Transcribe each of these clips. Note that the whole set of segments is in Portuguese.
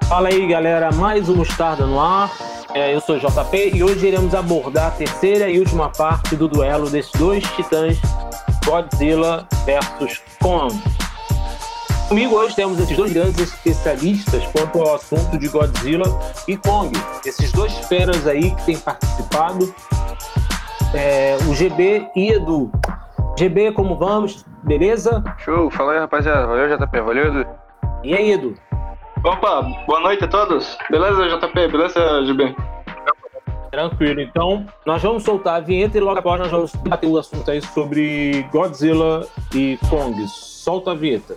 Fala aí, galera, mais um Mostarda no ar. Eu sou o JP e hoje iremos abordar a terceira e última parte do duelo desses dois titãs, Godzilla versus Kong. Comigo hoje temos esses dois grandes especialistas quanto ao assunto de Godzilla e Kong. Esses dois feras aí que têm participado, o GB e Edu. GB, como vamos? Beleza? Show, fala aí, rapaziada. Valeu, JP, valeu, Edu. E aí, Edu? Opa, boa noite a todos. Beleza, JP? Beleza, GB? Tranquilo, então nós vamos soltar a vinheta e logo após nós vamos debater o assunto aí sobre Godzilla e Kong. Solta a vinheta.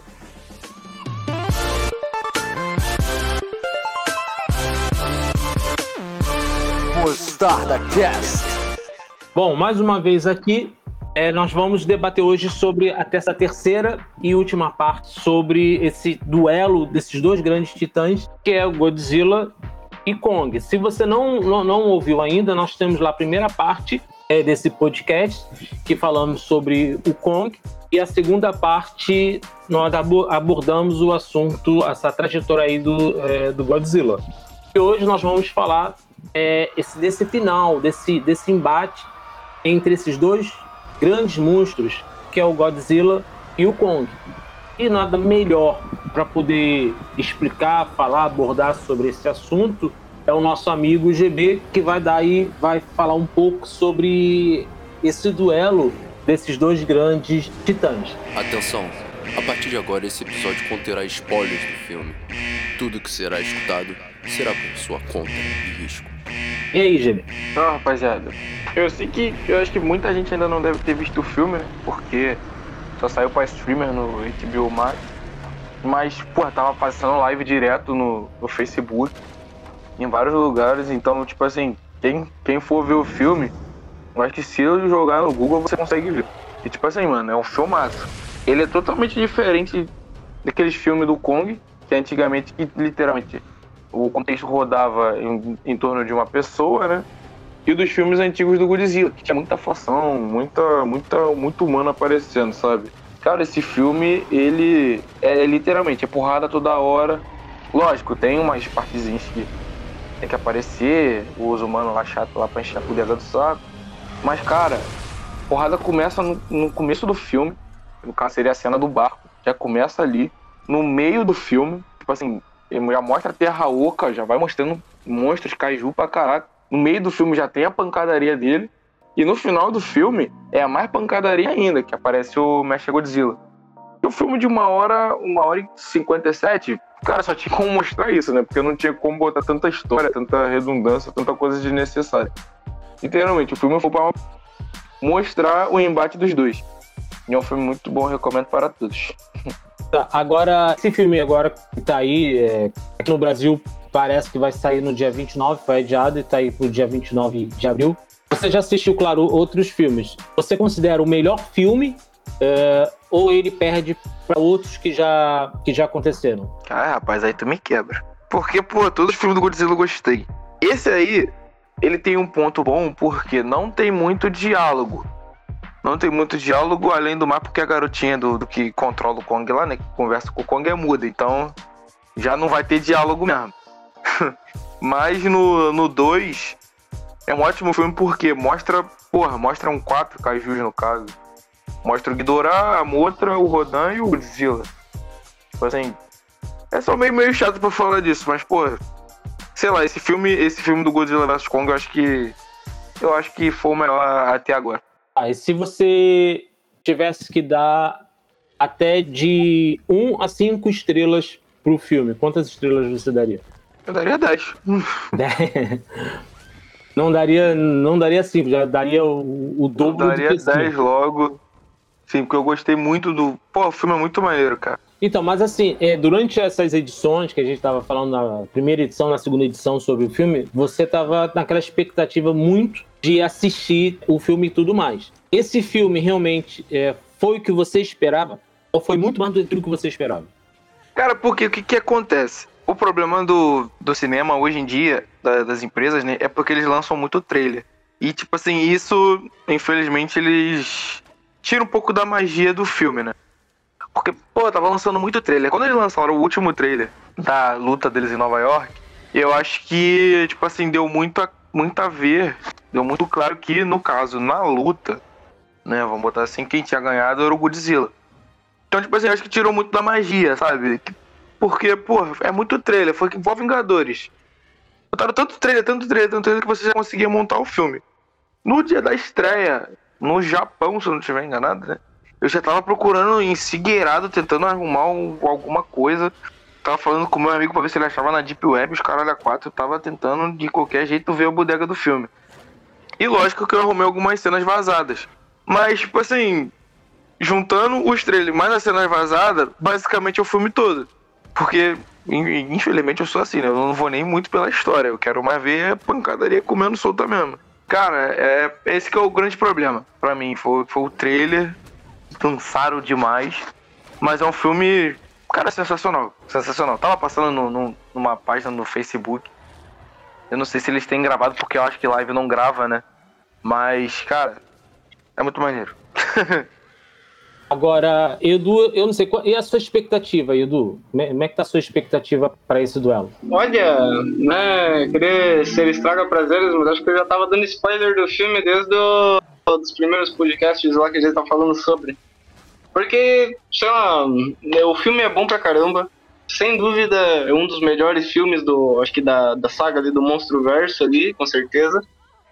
Mostarda Cast. Bom, mais uma vez aqui, nós vamos debater hoje sobre essa terceira e última parte sobre esse duelo desses dois grandes titãs, que é o Godzilla e Kong. Se você não ouviu ainda, nós temos lá a primeira parte desse podcast, que falamos sobre o Kong, e a segunda parte nós abordamos o assunto, essa trajetória aí do Godzilla. E hoje nós vamos falar desse final, desse embate entre esses dois grandes monstros, que é o Godzilla e o Kong. E nada melhor para poder explicar, falar, abordar sobre esse assunto é o nosso amigo GB, que vai falar um pouco sobre esse duelo desses dois grandes titãs. Atenção, a partir de agora esse episódio conterá spoilers do filme. Tudo que será escutado será por sua conta e risco. E aí, GB? Então, rapaziada, eu acho que muita gente ainda não deve ter visto o filme, né? Porque só saiu pra streamer no HBO Max. Mas, tava passando live direto no Facebook, em vários lugares. Então, tipo assim, quem for ver o filme, eu acho que se eu jogar no Google, você consegue ver. E tipo assim, mano, é um filmaço. Ele é totalmente diferente daqueles filmes do Kong, que antigamente, literalmente, o contexto rodava em torno de uma pessoa, né? E dos filmes antigos do Godzilla, que tinha muita atuação, muito humano aparecendo, sabe? Cara, esse filme, ele é literalmente, é porrada toda hora. Lógico, tem umas partezinhas que tem que aparecer, os humanos lá chato lá pra encher a colherada do saco. Mas, cara, a porrada começa no começo do filme. No caso, seria a cena do barco. Já começa ali, no meio do filme. Tipo assim, ele já mostra a Terra Oca, já vai mostrando monstros, kaiju pra caraca. No meio do filme já tem a pancadaria dele. E no final do filme é a mais pancadaria ainda, que aparece o Mechagodzilla. E o filme de 1h57, cara, só tinha como mostrar isso, né? Porque não tinha como botar tanta história, tanta redundância, tanta coisa desnecessária. Literalmente, o filme foi pra mostrar o embate dos dois. E é um filme muito bom, recomendo para todos. Tá, agora, esse filme agora que tá aí, aqui no Brasil, parece que vai sair no dia 29, foi adiado e tá aí pro dia 29 de abril. Você já assistiu, claro, outros filmes. Você considera o melhor filme ou ele perde para outros que já aconteceram? Ah, rapaz, aí tu me quebra. Porque, todos os filmes do Godzilla eu gostei. Esse aí, ele tem um ponto bom porque não tem muito diálogo. Não tem muito diálogo, além do mais porque a garotinha do que controla o Kong lá, né, que conversa com o Kong é muda. Então, já não vai ter diálogo mesmo. Mas no 2 é um ótimo filme porque mostram 4 kaijus no caso. Mostra o Ghidorah, a Mothra, o Rodan e o Godzilla. Tipo assim, é só meio chato pra falar disso, mas sei lá, esse filme do Godzilla vs Kong eu acho que foi o melhor até agora. E se você tivesse que dar até de 1 a 5 estrelas pro filme, quantas estrelas você daria? Eu daria 10. Não daria 5, já daria o dobro do que 10 logo. Sim, porque eu gostei muito do... o filme é muito maneiro, cara. Então, mas assim, durante essas edições que a gente estava falando na primeira edição, na segunda edição sobre o filme, você estava naquela expectativa muito de assistir o filme e tudo mais. Esse filme realmente foi o que você esperava? Ou foi muito mais do que você esperava? Cara, porque o que acontece? O problema do cinema hoje em dia, das empresas, né, é porque eles lançam muito trailer. E, tipo assim, isso, infelizmente, eles tiram um pouco da magia do filme, né? Porque, pô, tava lançando muito trailer. Quando eles lançaram o último trailer da luta deles em Nova York, eu acho que, tipo assim, deu muito a ver. Deu muito claro que, no caso, na luta, né, vamos botar assim, quem tinha ganhado era o Godzilla. Então, tipo assim, eu acho que tirou muito da magia, sabe? Porque, pô, é muito trailer, foi igual Vingadores. Botaram tanto trailer que você já conseguia montar o filme. No dia da estreia, no Japão, se eu não estiver enganado, né? Eu já tava procurando ensigueirado, tentando arrumar alguma coisa. Tava falando com meu amigo pra ver se ele achava na Deep Web, os caralho a 4. Eu tava tentando, de qualquer jeito, ver a bodega do filme. E lógico que eu arrumei algumas cenas vazadas. Mas, tipo assim, juntando os trailers mais as cenas vazadas, basicamente é o filme todo. Porque, infelizmente, eu sou assim, né? Eu não vou nem muito pela história. Eu quero mais ver a pancadaria comendo solta mesmo. Cara, esse que é o grande problema pra mim. Foi o trailer, cansaram demais. Mas é um filme, cara, sensacional. Sensacional. Tava passando numa página no Facebook. Eu não sei se eles têm gravado, porque eu acho que live não grava, né? Mas, cara, é muito maneiro. Agora, Edu, eu não sei, e a sua expectativa, Edu? Como é que tá a sua expectativa para esse duelo? Olha, né, querer ser estraga prazeres, mas acho que eu já tava dando spoiler do filme desde os primeiros podcasts lá que a gente tá falando sobre. Porque, sei lá, o filme é bom pra caramba. Sem dúvida, é um dos melhores filmes acho que da saga ali do Monstruverso ali, com certeza.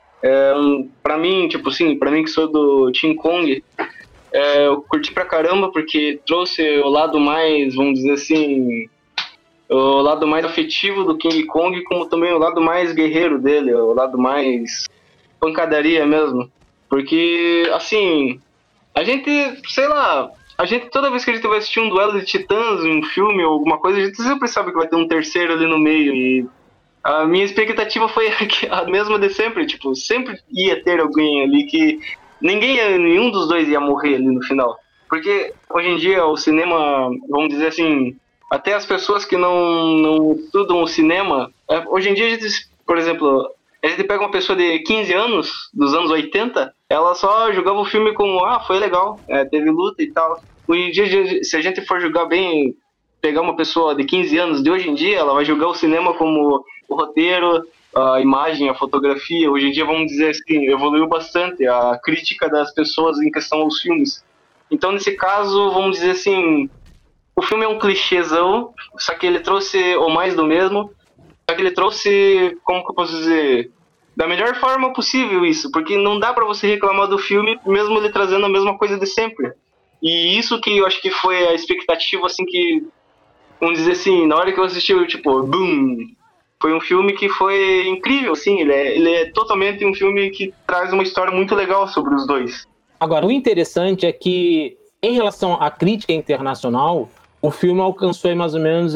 Pra mim, tipo assim, pra mim que sou do Team Kong, eu curti pra caramba porque trouxe o lado mais, vamos dizer assim, o lado mais afetivo do King Kong, como também o lado mais guerreiro dele, o lado mais pancadaria mesmo. Porque, assim, a gente, sei lá, toda vez que a gente vai assistir um duelo de titãs, um filme ou alguma coisa, a gente sempre sabe que vai ter um terceiro ali no meio. E a minha expectativa foi a mesma de sempre, tipo, sempre ia ter alguém ali que nenhum dos dois ia morrer ali no final. Porque hoje em dia o cinema, vamos dizer assim, até as pessoas que não estudam o cinema, hoje em dia, por exemplo, a gente pega uma pessoa de 15 anos, dos anos 80, ela só julgava o filme como, foi legal, teve luta e tal. Hoje em dia, se a gente for julgar bem, pegar uma pessoa de 15 anos de hoje em dia, ela vai julgar o cinema como o roteiro, a imagem, a fotografia. Hoje em dia, vamos dizer assim, evoluiu bastante a crítica das pessoas em questão aos filmes. Então, nesse caso, vamos dizer assim, o filme é um clichêzão, só que ele trouxe o mais do mesmo, só que ele trouxe, como que eu posso dizer, da melhor forma possível isso, porque não dá pra você reclamar do filme, mesmo ele trazendo a mesma coisa de sempre. E isso que eu acho que foi a expectativa, assim, que, vamos dizer assim, na hora que eu assisti, eu, tipo, boom, foi um filme que foi incrível, assim, ele é totalmente um filme que traz uma história muito legal sobre os dois. Agora, o interessante é que, em relação à crítica internacional, o filme alcançou aí mais ou menos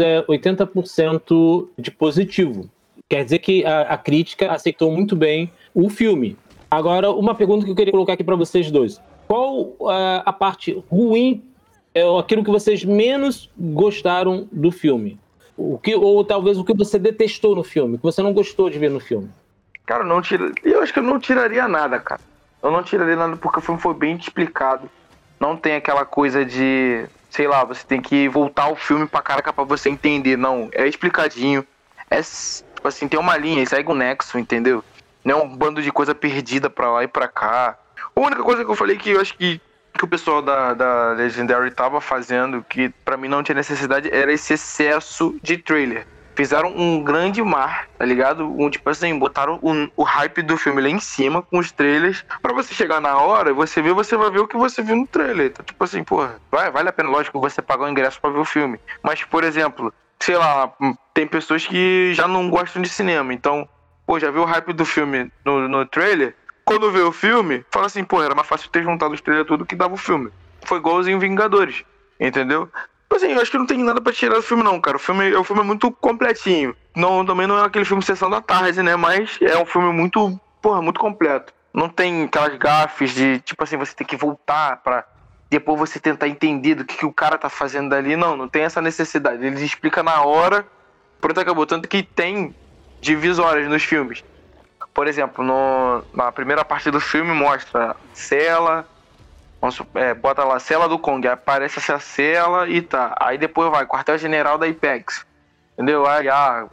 80% de positivo. Quer dizer que a crítica aceitou muito bem o filme. Agora, uma pergunta que eu queria colocar aqui para vocês dois. Qual a parte ruim, aquilo que vocês menos gostaram do filme? Ou talvez o que você detestou no filme, que você não gostou de ver no filme? Cara, eu acho que eu não tiraria nada, cara. Eu não tiraria nada porque o filme foi bem explicado. Não tem aquela coisa de, sei lá, você tem que voltar o filme pra caraca pra você entender. Não, é explicadinho. Tipo assim, tem uma linha, segue um nexo, entendeu? Não é um bando de coisa perdida pra lá e pra cá. A única coisa que eu falei que eu acho que o pessoal da Legendary tava fazendo, que pra mim não tinha necessidade, era esse excesso de trailer. Fizeram um grande mar, tá ligado? Tipo assim, botaram o hype do filme lá em cima com os trailers. Pra você chegar na hora, você vai ver o que você viu no trailer. Então, tipo assim, porra, vale a pena, lógico, você pagar o ingresso pra ver o filme. Mas, por exemplo, sei lá, tem pessoas que já não gostam de cinema. Então, pô, já viu o hype do filme no trailer? Quando vê o filme, fala assim, pô, era mais fácil ter juntado os trailers tudo que dava o filme. Foi igualzinho Vingadores, entendeu? Assim, eu acho que não tem nada pra tirar do filme não, cara. O filme é muito completinho. Também não é aquele filme Sessão da Tarde, né? Mas é um filme muito, muito completo. Não tem aquelas gafes de, tipo assim, você tem que voltar pra depois você tentar entender do que o cara tá fazendo ali. Não tem essa necessidade. Eles explicam na hora, pronto, acabou. Tanto que tem divisórias nos filmes. Por exemplo, na primeira parte do filme mostra cela, bota lá, cela do Kong, aparece essa cela e tá. Aí depois vai, quartel-general da Apex. Entendeu? Aí,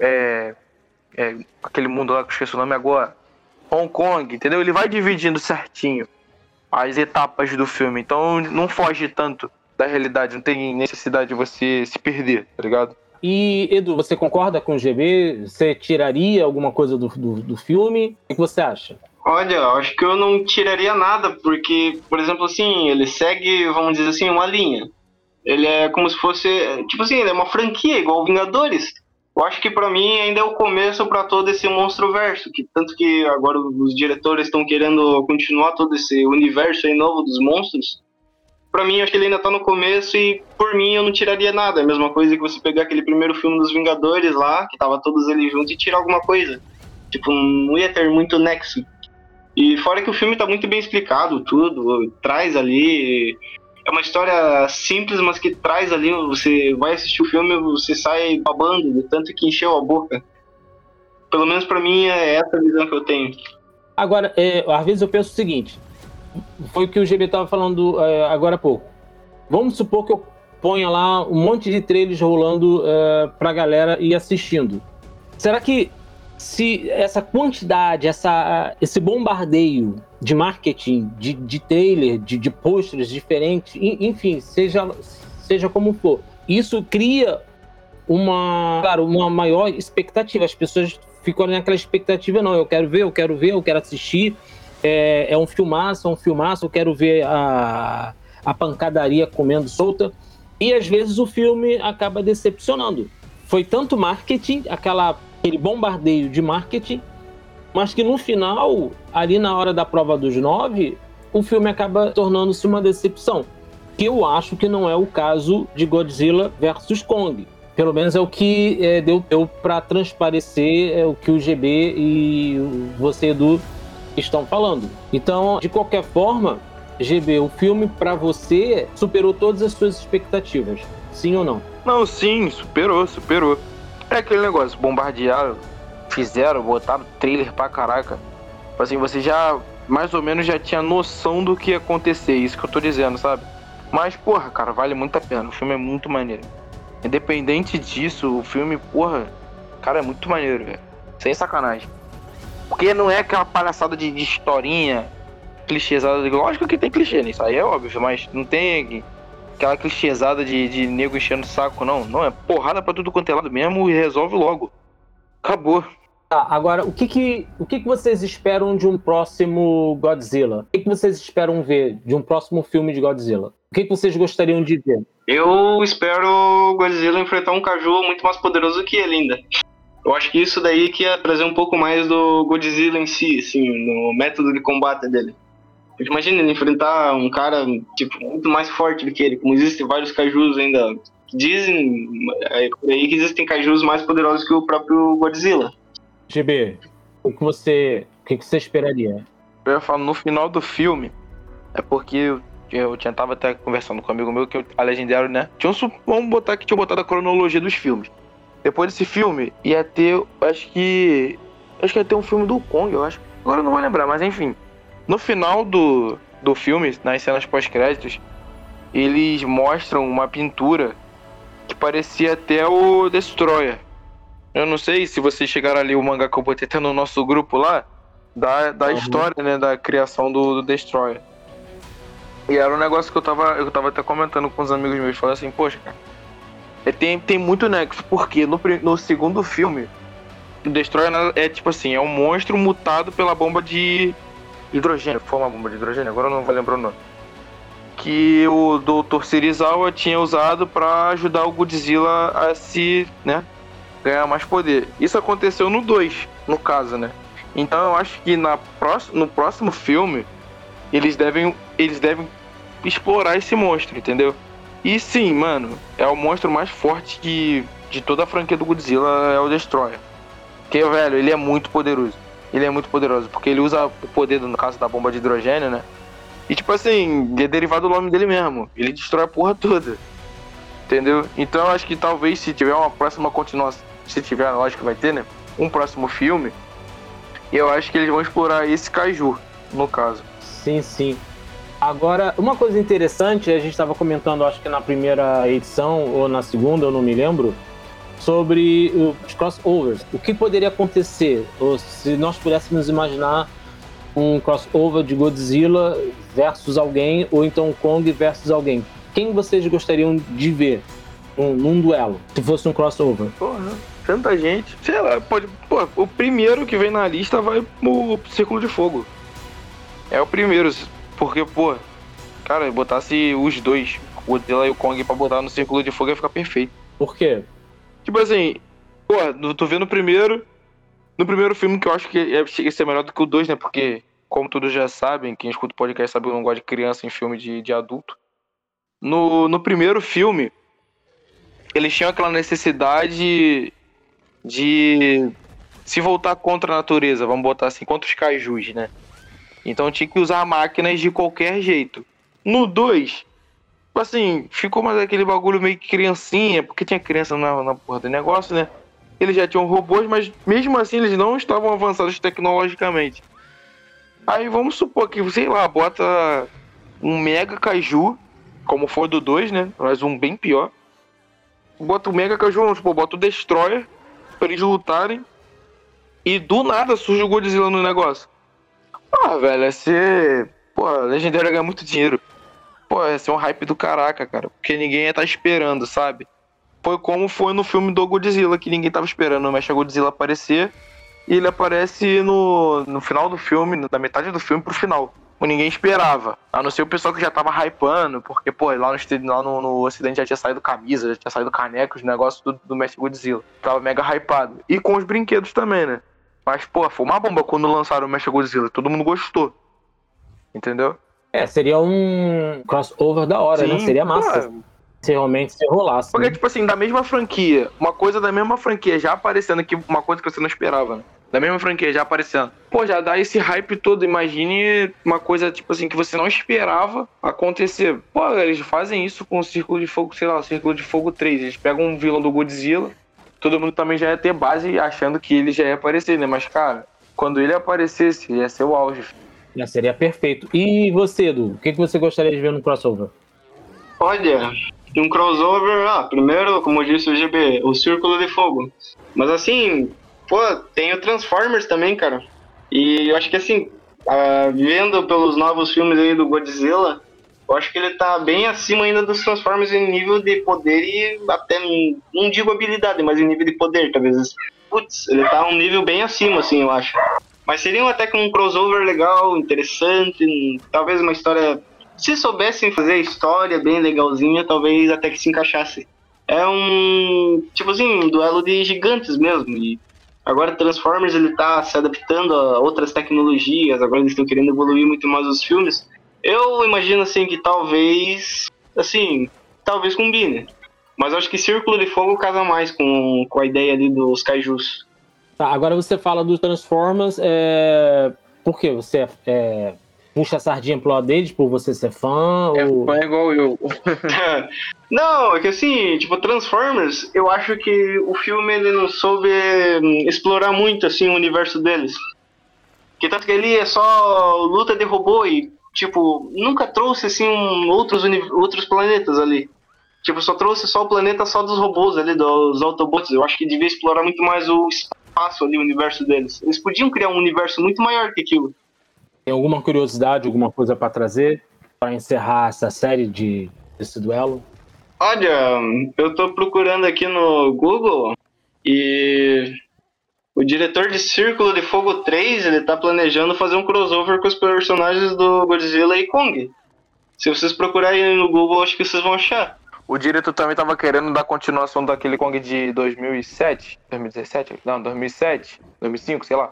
aquele mundo lá que eu esqueci o nome agora. Hong Kong, entendeu? Ele vai dividindo certinho as etapas do filme. Então não foge tanto da realidade, não tem necessidade de você se perder, tá ligado? E, Edu, você concorda com o GB? Você tiraria alguma coisa do filme? O que você acha? Olha, eu acho que eu não tiraria nada, porque, por exemplo, assim, ele segue, vamos dizer assim, uma linha. Ele é como se fosse, tipo assim, ele é uma franquia, igual Vingadores. Eu acho que pra mim ainda é o começo pra todo esse monstro-verso, que tanto que agora os diretores estão querendo continuar todo esse universo aí novo dos monstros. Pra mim, acho que ele ainda tá no começo e, por mim, eu não tiraria nada. É a mesma coisa que você pegar aquele primeiro filme dos Vingadores lá, que tava todos eles juntos, e tirar alguma coisa. Tipo, não ia ter muito nexo. E fora que o filme tá muito bem explicado, tudo, traz ali... É uma história simples, mas que traz ali, você vai assistir o filme, você sai babando, de tanto que encheu a boca. Pelo menos pra mim, é essa a visão que eu tenho. Agora, às vezes eu penso o seguinte, foi o que o GB estava falando agora há pouco. Vamos supor que eu ponha lá um monte de trailers rolando pra galera ir assistindo. Será que se essa quantidade, esse bombardeio de marketing, de trailer, de posters diferentes, enfim, seja como for, isso cria uma maior expectativa. As pessoas ficam naquela expectativa, não, eu quero ver, eu quero assistir, é um filmaço, eu quero ver a pancadaria comendo solta, e às vezes o filme acaba decepcionando. Foi tanto marketing, aquele bombardeio de marketing, mas que no final, ali na hora da prova dos 9, o filme acaba tornando-se uma decepção. Que eu acho que não é o caso de Godzilla vs Kong. Pelo menos é o que deu para transparecer o que o GB e você, Edu, estão falando. Então, de qualquer forma, GB, o filme para você superou todas as suas expectativas. Sim ou não? Não, sim, superou. É aquele negócio, bombardearam, botaram trailer pra caraca. Assim, você já, mais ou menos, já tinha noção do que ia acontecer, isso que eu tô dizendo, sabe? Mas, porra, cara, vale muito a pena, o filme é muito maneiro. Independente disso, o filme, porra, cara, é muito maneiro, velho. Sem sacanagem. Porque não é aquela palhaçada de historinha, clichêsada, lógico que tem clichê, né? Isso aí é óbvio, mas não tem aquela clichêsada de nego enchendo o saco, não. Não, é porrada pra tudo quanto é lado mesmo e resolve logo. Acabou. Tá, agora, o que vocês esperam de um próximo Godzilla? O que vocês esperam ver de um próximo filme de Godzilla? O que vocês gostariam de ver? Eu espero o Godzilla enfrentar um Kaiju muito mais poderoso que ele ainda. Eu acho que isso daí que ia trazer um pouco mais do Godzilla em si, assim, no método de combate dele. Imagina ele enfrentar um cara, tipo, muito mais forte do que ele, como existem vários kaijus ainda. Dizem por aí que existem kaijus mais poderosos que o próprio Godzilla. GB, o que você esperaria? Eu ia falar, no final do filme, é porque eu tava até conversando com um amigo meu, que a Legendary, né? Vamos botar que tinha botado a cronologia dos filmes. Depois desse filme, ia ter, acho que ia ter um filme do Kong, eu acho. Agora eu não vou lembrar, mas enfim. No final do filme, nas cenas pós-créditos, eles mostram uma pintura que parecia até o Destroyer. Eu não sei se vocês chegaram ali o mangá que eu botei até no nosso grupo lá, da história, né, da criação do Destroyer. E era um negócio que eu tava até comentando com os amigos meus, falando assim, poxa, cara, tem muito nexo, porque no segundo filme, o Destroyer é tipo assim, é um monstro mutado pela bomba de hidrogênio, foi uma bomba de hidrogênio, agora eu não vou lembrar o nome, que o Dr. Serizawa tinha usado pra ajudar o Godzilla a se, né, ganhar mais poder. Isso aconteceu no 2, no caso, né? Então eu acho que no próximo filme eles devem explorar esse monstro, entendeu? E sim, mano, é o monstro mais forte de toda a franquia do Godzilla, é o Destroyer. Porque, velho, ele é muito poderoso. Ele é muito poderoso, porque ele usa o poder, no caso da bomba de hidrogênio, né? E tipo assim, é derivado do nome dele mesmo. Ele destrói a porra toda. Entendeu? Então eu acho que talvez se tiver uma próxima continuação, se tiver, lógico que vai ter, né? Um próximo filme, eu acho que eles vão explorar esse Kaiju, no caso. Sim, sim. Agora, uma coisa interessante, a gente estava comentando, acho que na primeira edição, ou na segunda, eu não me lembro, sobre os crossovers. O que poderia acontecer ou se nós pudéssemos imaginar um crossover de Godzilla versus alguém, ou então Kong versus alguém. Quem vocês gostariam de ver num duelo, se fosse um crossover? Porra, tanta gente. Sei lá, pode. Pô, o primeiro que vem na lista vai pro Círculo de Fogo. É o primeiro, porque, pô, cara, botasse os dois, o Godzilla e o Kong, pra botar no Círculo de Fogo ia ficar perfeito. Por quê? Tipo assim, pô, tu vê no primeiro filme, que eu acho que ia ser melhor do que o 2, né? Porque, como todos já sabem, quem escuta o podcast sabe que eu não gosto de criança em filme de adulto. No primeiro filme, eles tinham aquela necessidade de se voltar contra a natureza, vamos botar assim, contra os kaijus, né? Então tinha que usar máquinas de qualquer jeito. No 2, assim, ficou mais aquele bagulho meio que criancinha, porque tinha criança na porra do negócio, né? Eles já tinham robôs, mas mesmo assim eles não estavam avançados tecnologicamente. Aí vamos supor que, sei lá, bota um mega kaiju, como foi do 2, né? Mas um bem pior. Bota o mega kaiju, vamos supor, bota o Destroyer pra eles lutarem. E do nada surge o Godzilla no negócio. Ah, velho, ia ser... Pô, a Legendary ia ganhar muito dinheiro. Pô, ia ser um hype do caraca, cara. Porque ninguém ia estar esperando, sabe? Foi como foi no filme do Godzilla, que ninguém tava esperando o Mechagodzilla aparecer. E ele aparece no final do filme, da metade do filme pro final. Ninguém esperava. A não ser o pessoal que já tava hypando, porque, pô, lá no Ocidente já tinha saído camisa, já tinha saído caneca, os negócios do Mechagodzilla. Tava mega hypado. E com os brinquedos também, né? Mas, pô, foi uma bomba quando lançaram o Mechagodzilla. Todo mundo gostou. Entendeu? Seria um crossover da hora, Sim, né? Seria massa. Pô, se realmente se rolasse. porque, né? tipo assim, da mesma franquia, uma coisa da mesma franquia já aparecendo, que uma coisa que você não esperava, né? Da mesma franquia já aparecendo. Pô, já dá esse hype todo. Imagine uma coisa, tipo assim, que você não esperava acontecer. Pô, eles fazem isso com o Círculo de Fogo, sei lá, o Círculo de Fogo 3. Eles pegam um vilão do Godzilla, todo mundo também já ia ter base achando que ele já ia aparecer, né? Mas, cara, quando ele aparecesse, ia ser o auge. Já seria perfeito. E você, Edu? O que você gostaria de ver no crossover? Olha, um crossover, primeiro, como disse o GB, o Círculo de Fogo. Mas assim, pô, tem o Transformers também, cara. E eu acho que assim, vendo pelos novos filmes aí do Godzilla, eu acho que ele tá bem acima ainda dos Transformers em nível de poder e até, não digo habilidade, mas em nível de poder, talvez. Putz, ele tá um nível bem acima, assim, eu acho. Mas seria até que um crossover legal, interessante, talvez uma história... Se soubessem fazer a história bem legalzinha, talvez até que se encaixasse. É um, tipo assim, um duelo de gigantes mesmo. E agora Transformers, ele tá se adaptando a outras tecnologias, agora eles estão querendo evoluir muito mais os filmes. Eu imagino, assim, que talvez combine. Mas eu acho que Círculo de Fogo casa mais com a ideia ali dos kaijus. Tá, agora você fala dos Transformers, por quê? Você puxa a sardinha pro lado deles por você ser fã? Ou... Fã igual eu. Não, é que assim, tipo, Transformers, eu acho que o filme ele não soube explorar muito, assim, o universo deles. Que tanto que ele é só luta de robô e, tipo, nunca trouxe, assim, outros planetas ali. Tipo, só trouxe só o planeta só dos robôs ali, dos Autobots. Eu acho que devia explorar muito mais o espaço ali, o universo deles. Eles podiam criar um universo muito maior que aquilo. Tem alguma curiosidade, alguma coisa pra trazer? Pra encerrar essa série desse duelo? Olha, eu tô procurando aqui no Google e o diretor de Círculo de Fogo 3, ele tá planejando fazer um crossover com os personagens do Godzilla e Kong. Se vocês procurarem no Google, acho que vocês vão achar. O diretor também tava querendo dar continuação daquele Kong de 2007, 2017? Não, 2007, 2005, sei lá.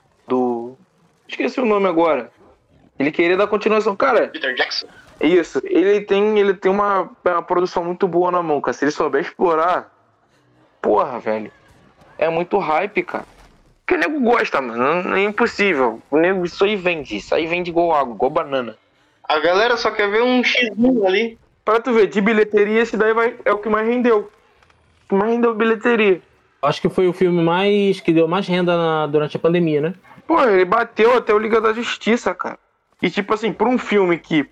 Esqueci o nome agora. Ele queria dar continuação, cara. Peter Jackson. Isso, ele tem uma produção muito boa na mão, cara. Se ele souber explorar, porra, velho, é muito hype, cara. Porque o nego gosta, mano, é impossível. O nego, isso aí vende igual água, igual banana. A galera só quer ver um X1 ali. Pra tu ver, de bilheteria, esse daí é o que mais rendeu. O que mais rendeu bilheteria. Acho que foi o filme que deu mais renda durante a pandemia, né? Pô, ele bateu até o Liga da Justiça, cara. E tipo assim, por um filme que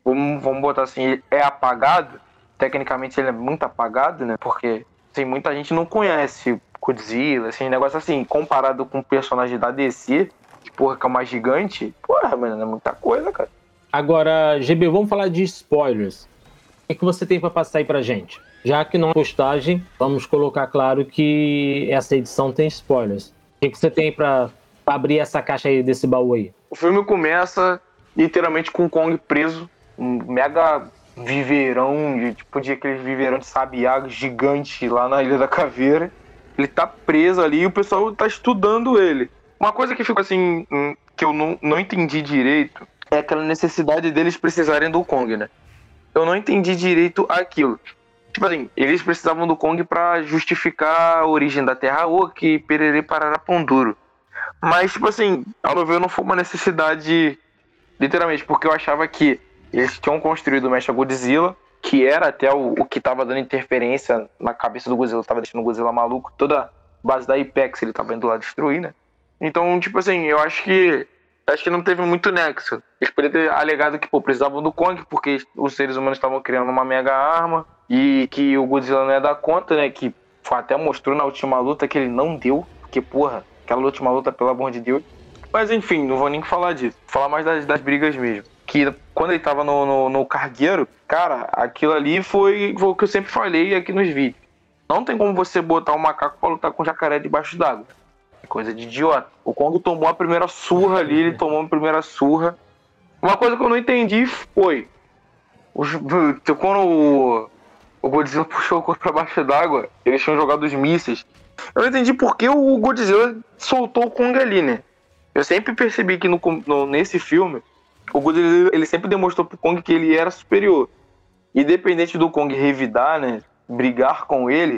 vamos botar assim, é apagado. Tecnicamente ele é muito apagado, né? Porque assim, muita gente não conhece Godzilla, assim, negócio assim, comparado com o personagem da DC, que porra que é uma gigante, porra, mano, é muita coisa, cara. Agora, GB, vamos falar de spoilers. O que você tem para passar aí pra gente? Já que na postagem, vamos colocar claro que essa edição tem spoilers. O que você tem para abrir essa caixa aí desse baú aí? O filme começa literalmente com o Kong preso, um mega viveirão, de aqueles viveirão de sabiá gigante lá na Ilha da Caveira. Ele tá preso ali e o pessoal tá estudando ele. Uma coisa que ficou assim, que eu não entendi direito, é aquela necessidade deles precisarem do Kong, né? Eu não entendi direito aquilo. Tipo assim, eles precisavam do Kong pra justificar a origem da Terra Oca e pererê parará pão duro. Mas, tipo assim, ao meu ver, não foi uma necessidade, literalmente, porque eu achava que eles tinham construído o Mechagodzilla, que era até o que tava dando interferência na cabeça do Godzilla, tava deixando o Godzilla maluco, toda a base da Apex ele tava indo lá destruir, né? Então, tipo assim, eu acho que não teve muito nexo. Eles poderiam ter alegado que, precisavam do Kong, porque os seres humanos estavam criando uma mega arma, e que o Godzilla não ia dar conta, né? Que até mostrou na última luta que ele não deu, porque, porra, aquela última luta, pelo amor de Deus. Mas, enfim, não vou nem falar disso. Vou falar mais das brigas mesmo. Que quando ele tava no cargueiro, cara, aquilo ali foi o que eu sempre falei aqui nos vídeos. Não tem como você botar um macaco pra lutar com um jacaré debaixo d'água. É coisa de idiota. O Kong tomou a primeira surra ali, ele tomou a primeira surra. Uma coisa que eu não entendi foi... Quando o Godzilla puxou o corpo pra baixo d'água, eles tinham jogado os mísseis. Eu não entendi por que o Godzilla soltou o Kong ali, né? Eu sempre percebi que nesse filme, o Godzilla ele sempre demonstrou pro Kong que ele era superior. Independente do Kong revidar, né? Brigar com ele,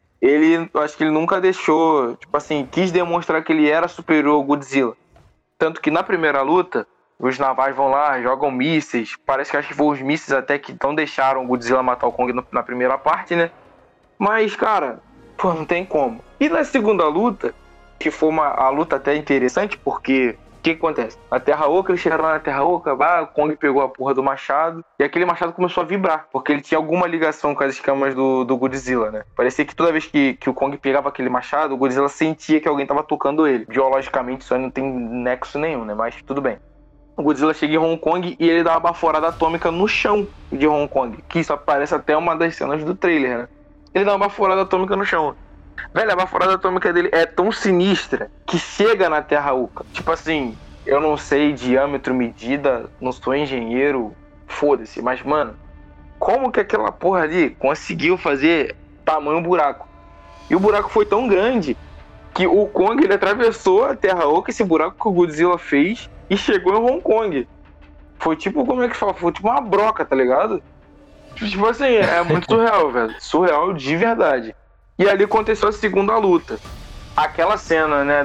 acho que ele nunca deixou, tipo assim, quis demonstrar que ele era superior ao Godzilla. Tanto que na primeira luta, os navais vão lá, jogam mísseis. Parece que acho que foi os mísseis até que não deixaram o Godzilla matar o Kong na primeira parte, né? Mas, cara, pô, não tem como. E na segunda luta, que foi a luta até interessante, porque o que acontece? Na Terra Oca, eles chegaram lá na Terra Oca, o Kong pegou a porra do machado, e aquele machado começou a vibrar, porque ele tinha alguma ligação com as escamas do Godzilla, né? Parecia que toda vez que o Kong pegava aquele machado, o Godzilla sentia que alguém tava tocando ele. Biologicamente, isso aí não tem nexo nenhum, né? Mas tudo bem. O Godzilla chega em Hong Kong e ele dá uma baforada atômica no chão de Hong Kong, que isso aparece até uma das cenas do trailer, né? Ele dá uma baforada atômica no chão. Velho, a baforada atômica dele é tão sinistra que chega na Terra Oca. Tipo assim, eu não sei diâmetro, medida, não sou engenheiro, foda-se. Mas, mano, como que aquela porra ali conseguiu fazer tamanho buraco? E o buraco foi tão grande que o Kong, ele atravessou a Terra Oca, esse buraco que o Godzilla fez, e chegou em Hong Kong. Foi tipo, como é que fala? Foi tipo uma broca, tá ligado? Tipo assim, é muito surreal, velho. Surreal de verdade. E ali aconteceu a segunda luta. Aquela cena, né,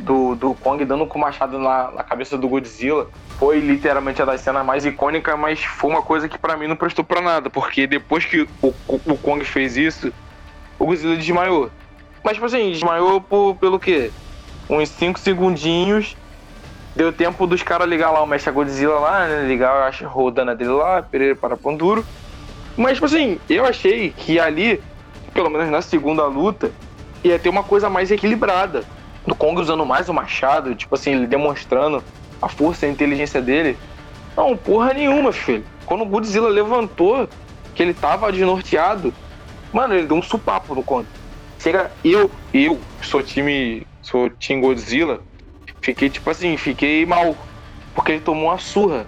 do Kong dando com o machado na cabeça do Godzilla foi literalmente a das cenas mais icônicas, mas foi uma coisa que pra mim não prestou pra nada, porque depois que o Kong fez isso, o Godzilla desmaiou. Mas, tipo assim, desmaiou pelo quê? Uns 5 segundinhos, deu tempo dos caras ligar lá o Mechagodzilla lá, né, ligar a rodana dele lá, perere para pão duro. Mas, tipo assim, eu achei que ali, pelo menos na segunda luta, ia ter uma coisa mais equilibrada. Do Kong usando mais o machado, tipo assim, ele demonstrando a força e a inteligência dele. Não, porra nenhuma, filho. Quando o Godzilla levantou, que ele tava desnorteado, mano, ele deu um supapo no Kong. Chega, eu sou Team Godzilla, fiquei mal. Porque ele tomou uma surra.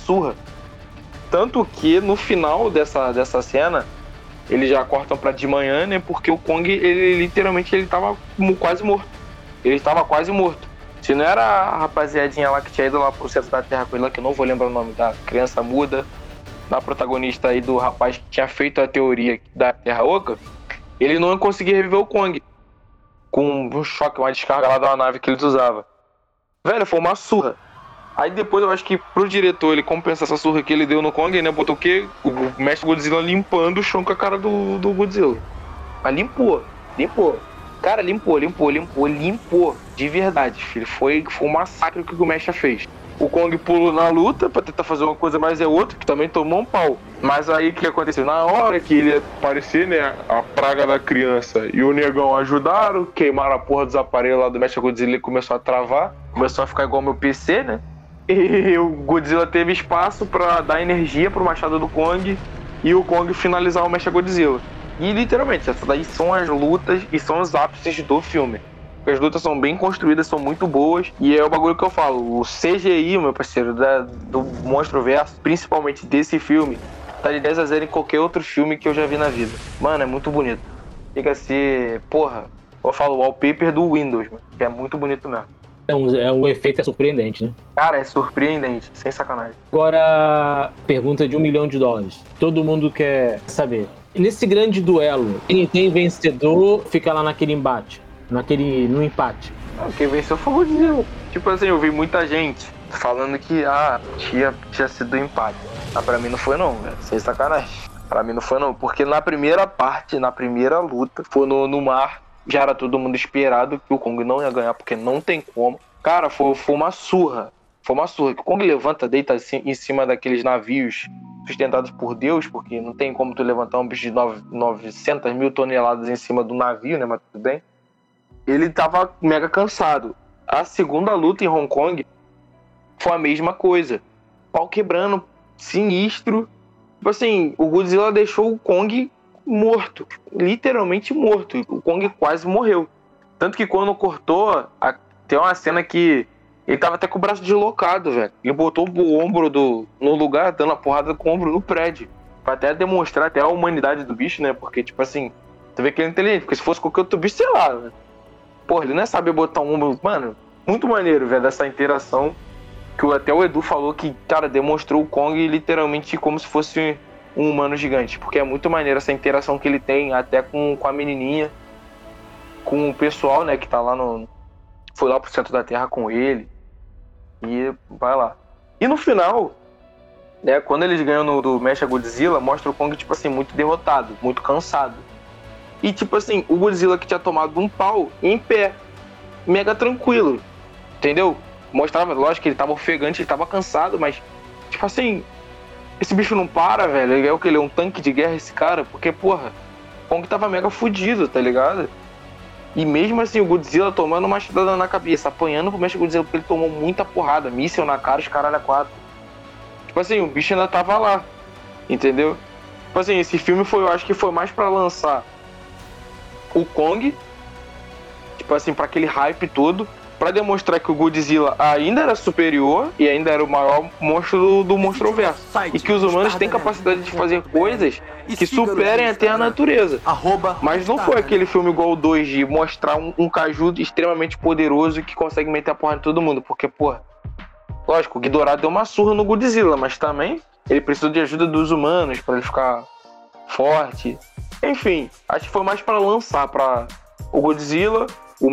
Tanto que no final dessa cena, eles já cortam pra de manhã, né? Porque o Kong, ele literalmente tava quase morto. Ele estava quase morto. Se não era a rapaziadinha lá que tinha ido lá pro centro da Terra com ele, que eu não vou lembrar o nome da criança muda, da protagonista aí do rapaz que tinha feito a teoria da Terra Oca, ele não ia conseguir reviver o Kong. Com um choque, uma descarga lá da nave que eles usavam. Velho, foi uma surra. Aí depois eu acho que pro diretor ele compensar essa surra que ele deu no Kong, né? Botou o quê? O mestre Godzilla limpando o chão com a cara do Godzilla. Mas limpou. Cara, limpou. De verdade, filho. Foi um massacre o que o Mecha fez. O Kong pulou na luta pra tentar fazer uma coisa, mas é outro que também tomou um pau. Mas aí o que aconteceu? Na hora que ele ia aparecer, né, a praga da criança e o negão ajudaram, queimaram a porra dos aparelhos lá do Mechagodzilla e começou a travar. Começou a ficar igual meu PC, né? E o Godzilla teve espaço pra dar energia pro machado do Kong e o Kong finalizar o Mechagodzilla. E literalmente, essas daí são as lutas e são os ápices do filme. As lutas são bem construídas, são muito boas. E é o bagulho que eu falo, o CGI, meu parceiro, do Monstroverso, principalmente desse filme, tá de 10 a 0 em qualquer outro filme que eu já vi na vida. Mano, é muito bonito. Chega a ser, porra, eu falo, o wallpaper do Windows, mano, que é muito bonito mesmo. O efeito é surpreendente, né? Cara, é surpreendente, sem sacanagem. Agora, pergunta de $1 milhão. Todo mundo quer saber. Nesse grande duelo, quem tem vencedor fica lá naquele embate, no empate. Quem venceu foi o Godzilla. Tipo assim, eu vi muita gente falando que tinha sido empate. Mas pra mim não foi não, velho. Sem sacanagem. Pra mim não foi não. Porque na primeira luta, foi no mar. Já era todo mundo esperado que o Kong não ia ganhar, porque não tem como. Cara, foi uma surra. Foi uma surra. Que o Kong levanta, deita em cima daqueles navios sustentados por Deus, porque não tem como tu levantar um bicho de 900 mil toneladas em cima do navio, né? Mas tudo bem. Ele tava mega cansado. A segunda luta em Hong Kong foi a mesma coisa. Pau quebrando, sinistro. Tipo assim, o Godzilla deixou o Kong morto. Literalmente morto. O Kong quase morreu. Tanto que quando cortou, tem uma cena que ele tava até com o braço deslocado, velho. Ele botou o ombro no lugar, dando a porrada com o ombro no prédio. Pra até demonstrar até a humanidade do bicho, né? Porque, tipo assim, tu vê que ele é inteligente. Porque se fosse qualquer outro bicho, sei lá, velho. Porra, ele não é saber botar um ombro. Mano, muito maneiro, velho, dessa interação. Que até o Edu falou que, cara, demonstrou o Kong literalmente como se fosse um humano gigante. Porque é muito maneiro essa interação que ele tem, até com a menininha, com o pessoal, né, que tá lá foi lá pro centro da Terra com ele. E vai lá. E no final, né, quando eles ganham do Mechagodzilla, mostra o Kong, tipo assim, muito derrotado, muito cansado. E tipo assim, o Godzilla que tinha tomado um pau em pé, mega tranquilo, entendeu? Mostrava, lógico que ele tava ofegante, ele tava cansado, mas tipo assim, esse bicho não para, velho. Ele é o que? Ele é um tanque de guerra, esse cara, porque porra, o Kong tava mega fudido, tá ligado? E mesmo assim, o Godzilla tomando uma machadada na cabeça, apanhando pro Mechagodzilla, porque ele tomou muita porrada, míssel na cara, os caralho a quatro. Tipo assim, o bicho ainda tava lá, entendeu? Tipo assim, esse filme eu acho que foi mais pra lançar o Kong, tipo assim, pra aquele hype todo, pra demonstrar que o Godzilla ainda era superior e ainda era o maior monstro do Monstroverso. E que os humanos têm capacidade de fazer coisas que superem até a natureza. Mas não foi aquele filme igual o 2 de mostrar um caju extremamente poderoso que consegue meter a porra em todo mundo. Porque, porra, lógico, o Ghidorah deu uma surra no Godzilla, mas também ele precisou de ajuda dos humanos pra ele ficar forte. Enfim, acho que foi mais pra lançar pra o Godzilla,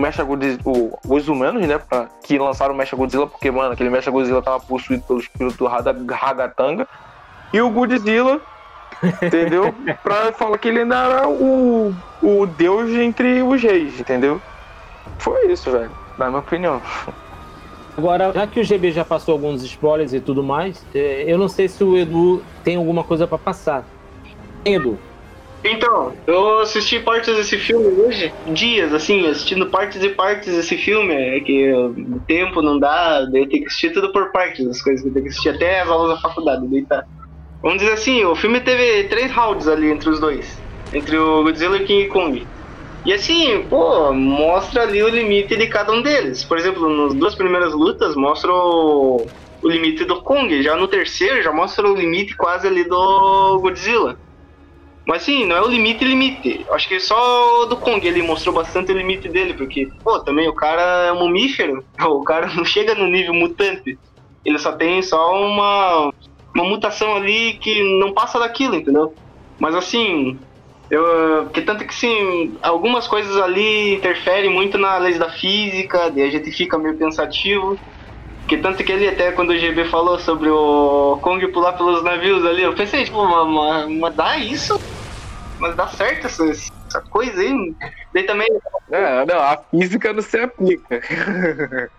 os humanos, né, que lançaram o Mechagodzilla, porque, mano, aquele Mechagodzilla tava possuído pelo espírito do Ragatanga, e o Godzilla, entendeu? Pra falar que ele ainda era o deus entre os reis, entendeu? Foi isso, velho, na minha opinião. Agora, já que o GB já passou alguns spoilers e tudo mais, eu não sei se o Edu tem alguma coisa pra passar. Edu? Então, eu assisti partes desse filme hoje, dias, assim, assistindo partes e partes desse filme, é que o tempo não dá, daí tem que assistir tudo por partes, as coisas que eu tenho que assistir até as aulas da faculdade, daí tá. Vamos dizer assim, o filme teve 3 rounds ali entre os dois, entre o Godzilla e o King Kong. E assim, pô, mostra ali o limite de cada um deles. Por exemplo, nas 2 primeiras lutas mostra o limite do Kong, já no terceiro já mostra o limite quase ali do Godzilla. Mas sim, não é o limite. Acho que só o do Kong ele mostrou bastante o limite dele, porque, pô, também o cara é um mamífero, o cara não chega no nível mutante. Ele só tem uma mutação ali que não passa daquilo, entendeu? Mas assim, que tanto que sim, algumas coisas ali interferem muito na lei da física, daí a gente fica meio pensativo. Que tanto que ali, até quando o GB falou sobre o Kong pular pelos navios ali, eu pensei, tipo, mas dá isso? Mas dá certo essa coisa aí? Daí também... Não, a física não se aplica.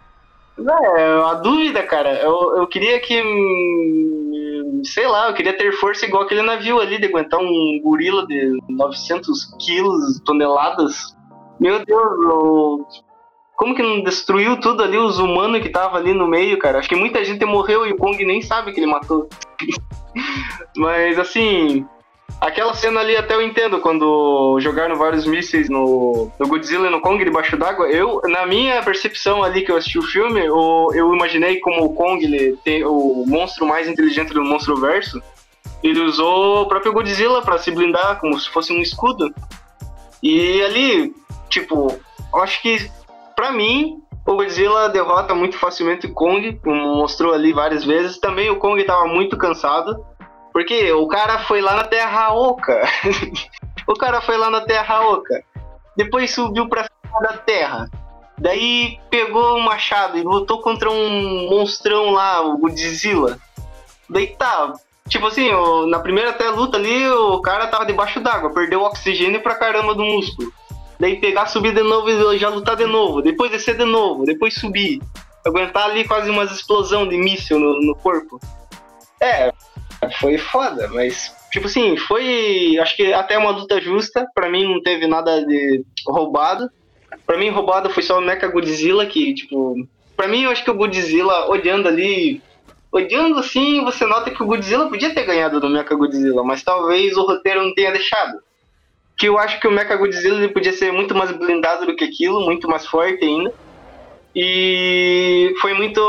A dúvida, cara, eu queria que, sei lá, eu queria ter força igual aquele navio ali, de aguentar um gorila de 900 quilos, toneladas. Meu Deus, como que não destruiu tudo ali, os humanos que tava ali no meio, cara? Acho que muita gente morreu e o Kong nem sabe que ele matou. Mas, assim, aquela cena ali até eu entendo, quando jogaram vários mísseis no Godzilla e no Kong debaixo d'água. Na minha percepção ali que eu assisti o filme, eu imaginei como o Kong, ele tem o monstro mais inteligente do Monstro-Verso, ele usou o próprio Godzilla pra se blindar, como se fosse um escudo. E ali, tipo, eu acho que, pra mim, o Godzilla derrota muito facilmente o Kong, como mostrou ali várias vezes. Também o Kong tava muito cansado. Porque o cara foi lá na Terra Oca. O cara foi lá na Terra Oca. Depois subiu pra cima da Terra. Daí pegou um machado e lutou contra um monstrão lá, o Godzilla. Daí tá. Tipo assim, na primeira até luta ali, o cara tava debaixo d'água. Perdeu o oxigênio pra caramba do músculo. Daí pegar, subir de novo e já lutar de novo. Depois descer de novo. Depois subir. Aguentar ali quase umas explosão de míssil no corpo. Foi foda, mas, tipo assim, foi, acho que até uma luta justa. Pra mim não teve nada de roubado. Pra mim roubado foi só o Mechagodzilla, que, tipo, pra mim eu acho que o Godzilla, olhando assim, você nota que o Godzilla podia ter ganhado do Mechagodzilla, mas talvez o roteiro não tenha deixado. Que eu acho que o Mechagodzilla ele podia ser muito mais blindado do que aquilo, muito mais forte ainda. E foi muito...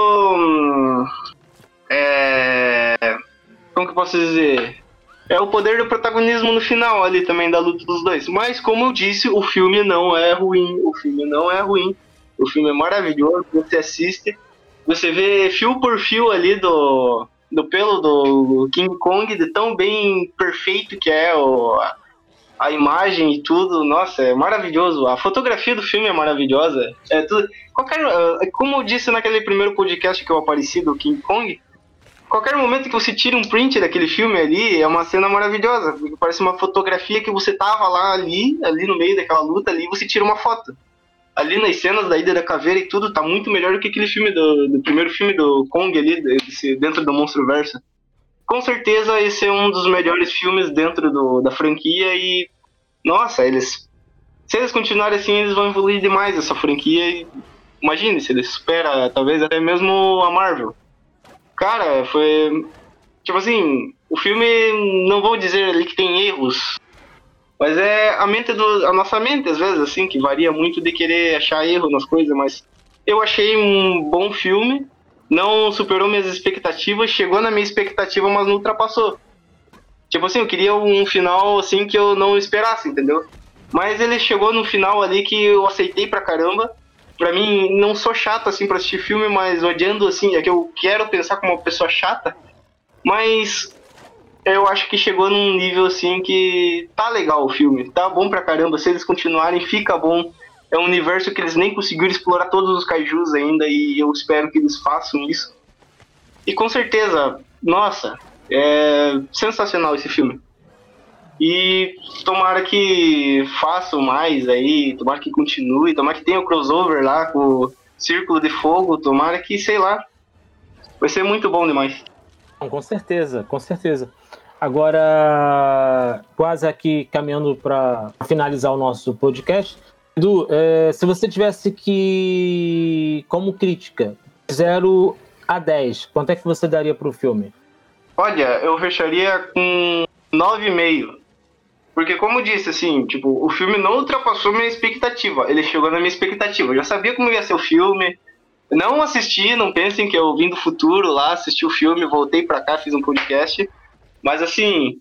como que eu posso dizer? É o poder do protagonismo no final ali também da luta dos dois. Mas como eu disse, o filme não é ruim. O filme não é ruim. O filme é maravilhoso. Você assiste, você vê fio por fio ali do pelo do King Kong, de tão bem perfeito que é a imagem e tudo. Nossa, é maravilhoso. A fotografia do filme é maravilhosa. É tudo. Como eu disse naquele primeiro podcast que eu apareci do King Kong, qualquer momento que você tira um print daquele filme ali, é uma cena maravilhosa. Parece uma fotografia que você tava lá ali no meio daquela luta ali, e você tira uma foto. Ali nas cenas da Ilha da Caveira e tudo, tá muito melhor do que aquele filme do primeiro filme do Kong ali, dentro do Monstro-Verso. Com certeza esse é um dos melhores filmes dentro da franquia e, nossa, se eles continuarem assim, eles vão evoluir demais essa franquia e imagine se eles superam talvez até mesmo a Marvel. Cara, foi... Tipo assim, o filme, não vou dizer ali que tem erros, mas é a nossa mente, às vezes, assim, que varia muito de querer achar erro nas coisas, mas eu achei um bom filme, não superou minhas expectativas, chegou na minha expectativa, mas não ultrapassou. Tipo assim, eu queria um final, assim, que eu não esperasse, entendeu? Mas ele chegou no final ali que eu aceitei pra caramba. Pra mim, não sou chato, assim, pra assistir filme, mas odiando, assim, é que eu quero pensar como uma pessoa chata, mas eu acho que chegou num nível, assim, que tá legal o filme, tá bom pra caramba, se eles continuarem, fica bom. É um universo que eles nem conseguiram explorar todos os kaijus ainda, e eu espero que eles façam isso. E com certeza, nossa, é sensacional esse filme. E tomara que façam mais aí, tomara que continue, tomara que tenha o crossover lá com o Círculo de Fogo, tomara que, sei lá, vai ser muito bom demais. Com certeza, com certeza. Agora, quase aqui caminhando para finalizar o nosso podcast, Edu, se você tivesse que, como crítica, 0 a 10, quanto é que você daria para o filme? Olha, eu fecharia com 9,5. Porque, como eu disse, assim, tipo, o filme não ultrapassou minha expectativa. Ele chegou na minha expectativa. Eu já sabia como ia ser o filme. Não assisti, não pensem que eu vim do futuro lá, assisti o filme, voltei pra cá, fiz um podcast. Mas, assim,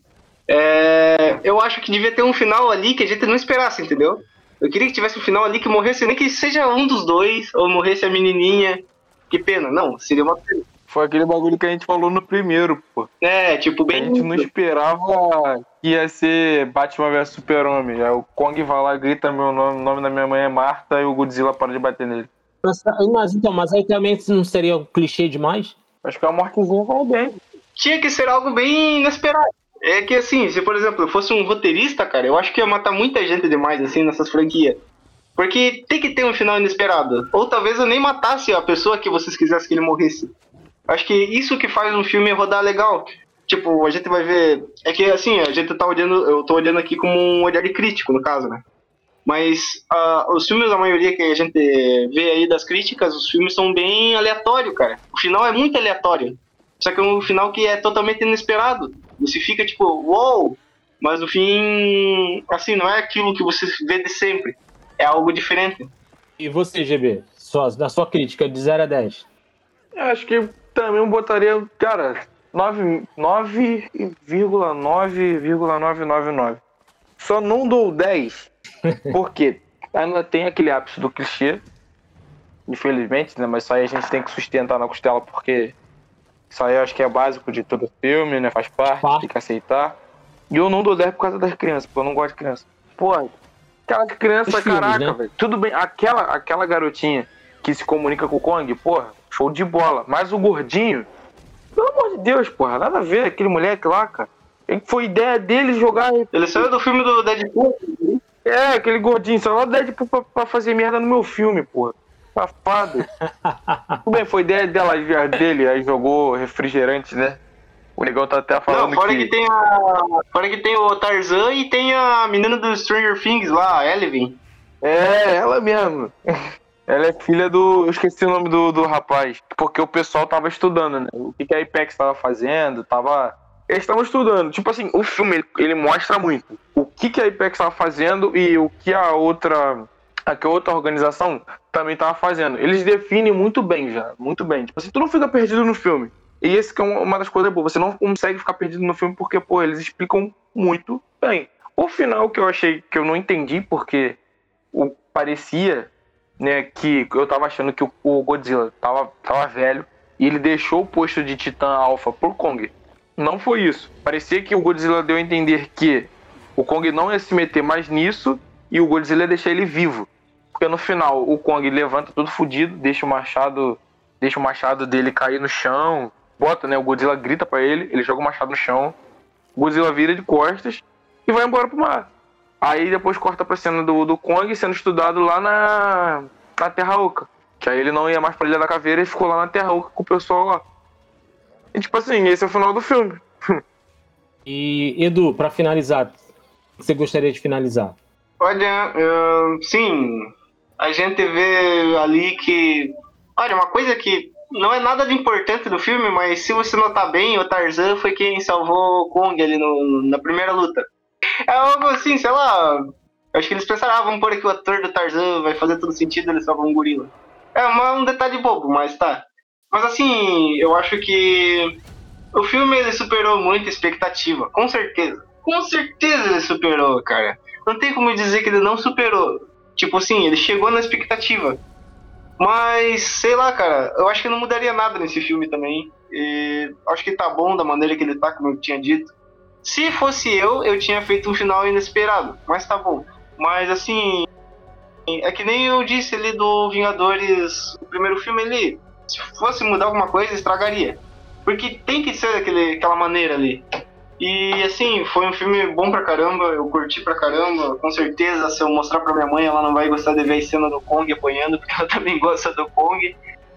eu acho que devia ter um final ali que a gente não esperasse, entendeu? Eu queria que tivesse um final ali que morresse, nem que seja um dos dois, ou morresse a menininha. Que pena. Não, seria uma pena. Foi aquele bagulho que a gente falou no primeiro, pô. Tipo, bem... A gente não esperava que ia ser Batman vs Super-Homem. Aí o Kong vai lá, grita meu nome, o nome da minha mãe é Marta, e o Godzilla para de bater nele. Mas aí também não seria um clichê demais? Acho que a mortezinha vai bem. Tinha que ser algo bem inesperado. É que assim, se por exemplo eu fosse um roteirista, cara, eu acho que ia matar muita gente demais, assim, nessas franquias. Porque tem que ter um final inesperado. Ou talvez eu nem matasse a pessoa que vocês quisessem que ele morresse. Acho que isso que faz um filme rodar legal. Tipo, a gente vai ver... É que, assim, a gente tá olhando... Eu tô olhando aqui como um olhar de crítico, no caso, né? Mas os filmes, a maioria que a gente vê aí das críticas, os filmes são bem aleatórios, cara. O final é muito aleatório. Só que é um final que é totalmente inesperado. Você fica tipo, uou! Mas no fim, assim, não é aquilo que você vê de sempre. É algo diferente. E você, GB? Da sua crítica, de 0 a 10. Eu acho que também eu botaria, cara, 9,9,999. Só não dou 10 porque ainda tem aquele ápice do clichê, infelizmente, né? Mas isso aí a gente tem que sustentar na costela, porque isso aí eu acho que é básico de todo filme, né? Faz parte, tem que aceitar. E eu não dou 10 por causa das crianças, porque eu não gosto de criança. Porra, aquela criança, caraca, né? Velho. Tudo bem, aquela garotinha que se comunica com o Kong, porra, show de bola. Mas o gordinho, pelo amor de Deus, porra, nada a ver, aquele moleque lá, cara. Foi ideia dele jogar. Ele saiu do filme do Deadpool. É, aquele gordinho, só lá do Deadpool pra fazer merda no meu filme, porra. Safado. Tudo bem, foi ideia dele, aí jogou refrigerante, né? O negão tá até falando. Não, fora que tem o Tarzan e tem a menina do Stranger Things lá, a Eleven. É, ela mesmo. Ela é filha do... Eu esqueci o nome do rapaz. Porque o pessoal tava estudando, né? O que a Apex tava fazendo, Eles estavam estudando. Tipo assim, o filme, ele mostra muito o que a Apex tava fazendo e o que a outra organização também tava fazendo. Eles definem muito bem já, muito bem. Tipo assim, tu não fica perdido no filme. E esse que é uma das coisas boas. Você não consegue ficar perdido no filme porque, pô, eles explicam muito bem. O final que eu achei que eu não entendi, porque parecia, né, que eu tava achando que o Godzilla tava velho e ele deixou o posto de Titã Alpha pro Kong. Não foi isso. Parecia que o Godzilla deu a entender que o Kong não ia se meter mais nisso e o Godzilla ia deixar ele vivo. Porque no final o Kong levanta tudo fodido, deixa o machado dele cair no chão, bota, né, o Godzilla grita pra ele joga o machado no chão, o Godzilla vira de costas e vai embora pro mar. Aí depois corta pra cena do Kong sendo estudado lá na Terra Oca. Que aí ele não ia mais pra Ilha da Caveira e ficou lá na Terra Oca com o pessoal lá. E tipo assim, esse é o final do filme. E Edu, pra finalizar, o que você gostaria de finalizar? Olha, sim, a gente vê ali que... Olha, uma coisa que não é nada de importante do filme, mas se você notar bem, o Tarzan foi quem salvou o Kong ali na primeira luta. É algo assim, sei lá, eu acho que eles pensaram, vamos pôr aqui o ator do Tarzan, vai fazer todo sentido, ele salva um gorila. É um detalhe bobo, mas tá. Mas assim, eu acho que o filme ele superou muito a expectativa, com certeza. Com certeza ele superou, cara. Não tem como dizer que ele não superou. Tipo assim, ele chegou na expectativa. Mas, sei lá, cara, eu acho que não mudaria nada nesse filme também. E acho que tá bom da maneira que ele tá, como eu tinha dito. Se fosse eu tinha feito um final inesperado, mas tá bom. Mas assim, é que nem eu disse ali do Vingadores, o primeiro filme ali. Se fosse mudar alguma coisa, estragaria. Porque tem que ser aquela maneira ali. E assim, foi um filme bom pra caramba, eu curti pra caramba. Com certeza, se eu mostrar pra minha mãe, ela não vai gostar de ver a cena do Kong apanhando, porque ela também gosta do Kong.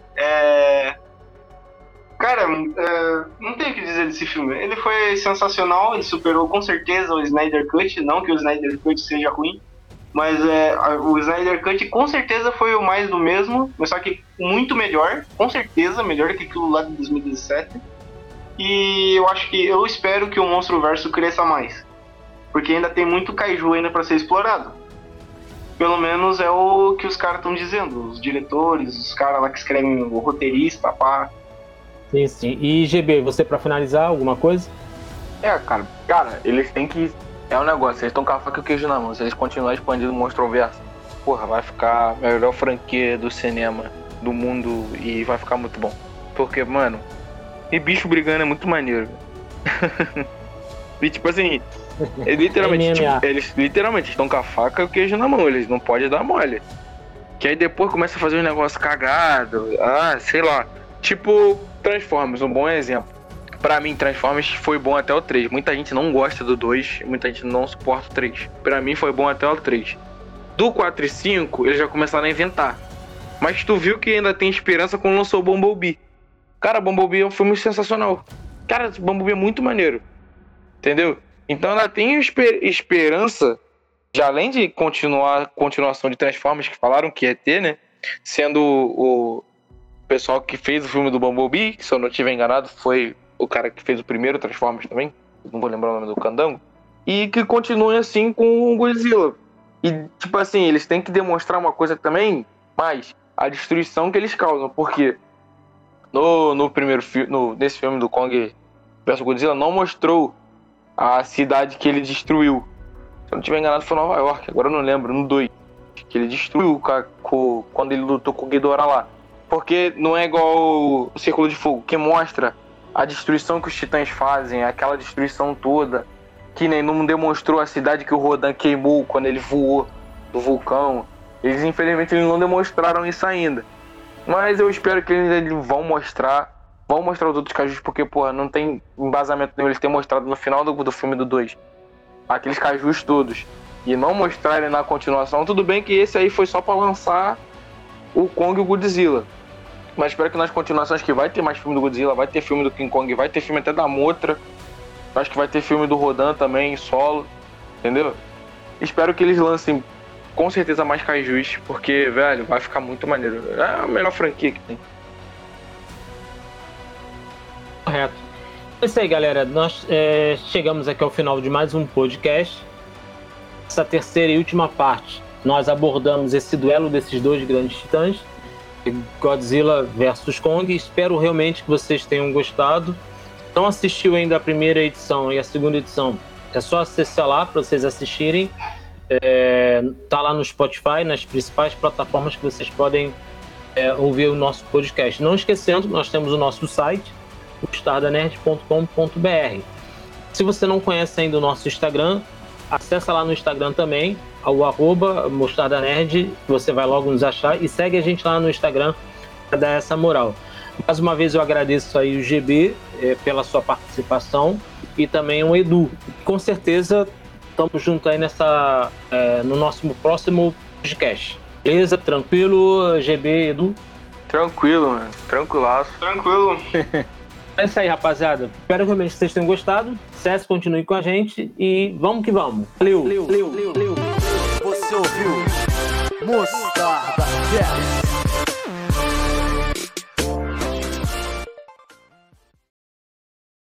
Cara, não tenho o que dizer desse filme. Ele foi sensacional, ele superou com certeza o Snyder Cut. Não que o Snyder Cut seja ruim, mas o Snyder Cut com certeza foi o mais do mesmo, mas só que muito melhor, com certeza, melhor do que aquilo lá de 2017. E eu espero que o Monstro-Verso cresça mais, porque ainda tem muito kaiju ainda para ser explorado. Pelo menos é o que os caras estão dizendo, os diretores, os caras lá que escrevem, o roteirista, pá. Sim, sim. E GB, você pra finalizar, alguma coisa? Cara, eles têm que... É um negócio, eles estão com a faca e o queijo na mão. Se eles continuarem expandindo o Monstro-Verso, porra, vai ficar a melhor franquia do cinema do mundo e vai ficar muito bom. Porque, mano, e bicho brigando é muito maneiro. E tipo assim, eles literalmente estão com a faca e o queijo na mão, eles não podem dar mole. Que aí depois começa a fazer um negócio cagado, sei lá. Tipo Transformers, um bom exemplo. Pra mim, Transformers foi bom até o 3. Muita gente não gosta do 2, muita gente não suporta o 3. Pra mim foi bom até o 3. do 4 e 5, eles já começaram a inventar. Mas tu viu que ainda tem esperança quando lançou o Bumblebee. Cara, Bumblebee é um filme sensacional. Cara, Bumblebee é muito maneiro. Entendeu? Então ela tem esperança de, além de continuação de Transformers, que falaram que ia ter, né? Sendo o pessoal que fez o filme do Bumblebee, que se eu não estiver enganado, foi o cara que fez o primeiro Transformers também. Não vou lembrar o nome do candango. E que continue assim com o Godzilla. E, tipo assim, eles têm que demonstrar uma coisa também, mas a destruição que eles causam. Porque no primeiro filme, nesse filme do Kong vs Godzilla, não mostrou a cidade que ele destruiu. Se eu não estiver enganado, foi Nova York. Agora eu não lembro, no 2. Que ele destruiu quando ele lutou com o Ghidorah lá. Porque não é igual o Círculo de Fogo, que mostra a destruição que os titãs fazem, aquela destruição toda. Que nem não demonstrou a cidade que o Rodan queimou quando ele voou do vulcão. Infelizmente, eles não demonstraram isso ainda. Mas eu espero que eles vão mostrar os outros cajus, porque, porra, não tem embasamento nenhum eles terem mostrado no final do filme do 2. Aqueles cajus todos. E não mostrarem na continuação. Tudo bem que esse aí foi só pra lançar o Kong e o Godzilla. Mas espero que nas continuações que vai ter mais filme do Godzilla, vai ter filme do King Kong, vai ter filme até da Mothra. Acho que vai ter filme do Rodan também, solo. Entendeu? Espero que eles lancem com certeza mais kaijus, porque, velho, vai ficar muito maneiro. É a melhor franquia que tem. Correto. É isso aí, galera. Nós chegamos aqui ao final de mais um podcast. Essa terceira e última parte, nós abordamos esse duelo desses dois grandes titãs, Godzilla versus Kong. Espero realmente que vocês tenham gostado. Se não assistiu ainda a primeira edição e a segunda edição, é só acessar lá para vocês assistirem. Tá lá no Spotify, nas principais plataformas que vocês podem ouvir o nosso podcast. Não esquecendo, nós temos o nosso site, mostardanerd.com.br. Se você não conhece ainda o nosso Instagram, acessa lá no Instagram também, ao @mostardanerd, você vai logo nos achar, e segue a gente lá no Instagram para dar essa moral. Mais uma vez eu agradeço aí o GB pela sua participação, e também o Edu. Com certeza estamos juntos aí no nosso próximo podcast. Beleza? Tranquilo, GB, Edu? Tranquilo, mano. Tranquilaço. Tranquilo. É isso aí, rapaziada. Espero realmente que vocês tenham gostado. Sucesso, continue com a gente e vamos que vamos. Valeu. Você ouviu Mostarda Cast.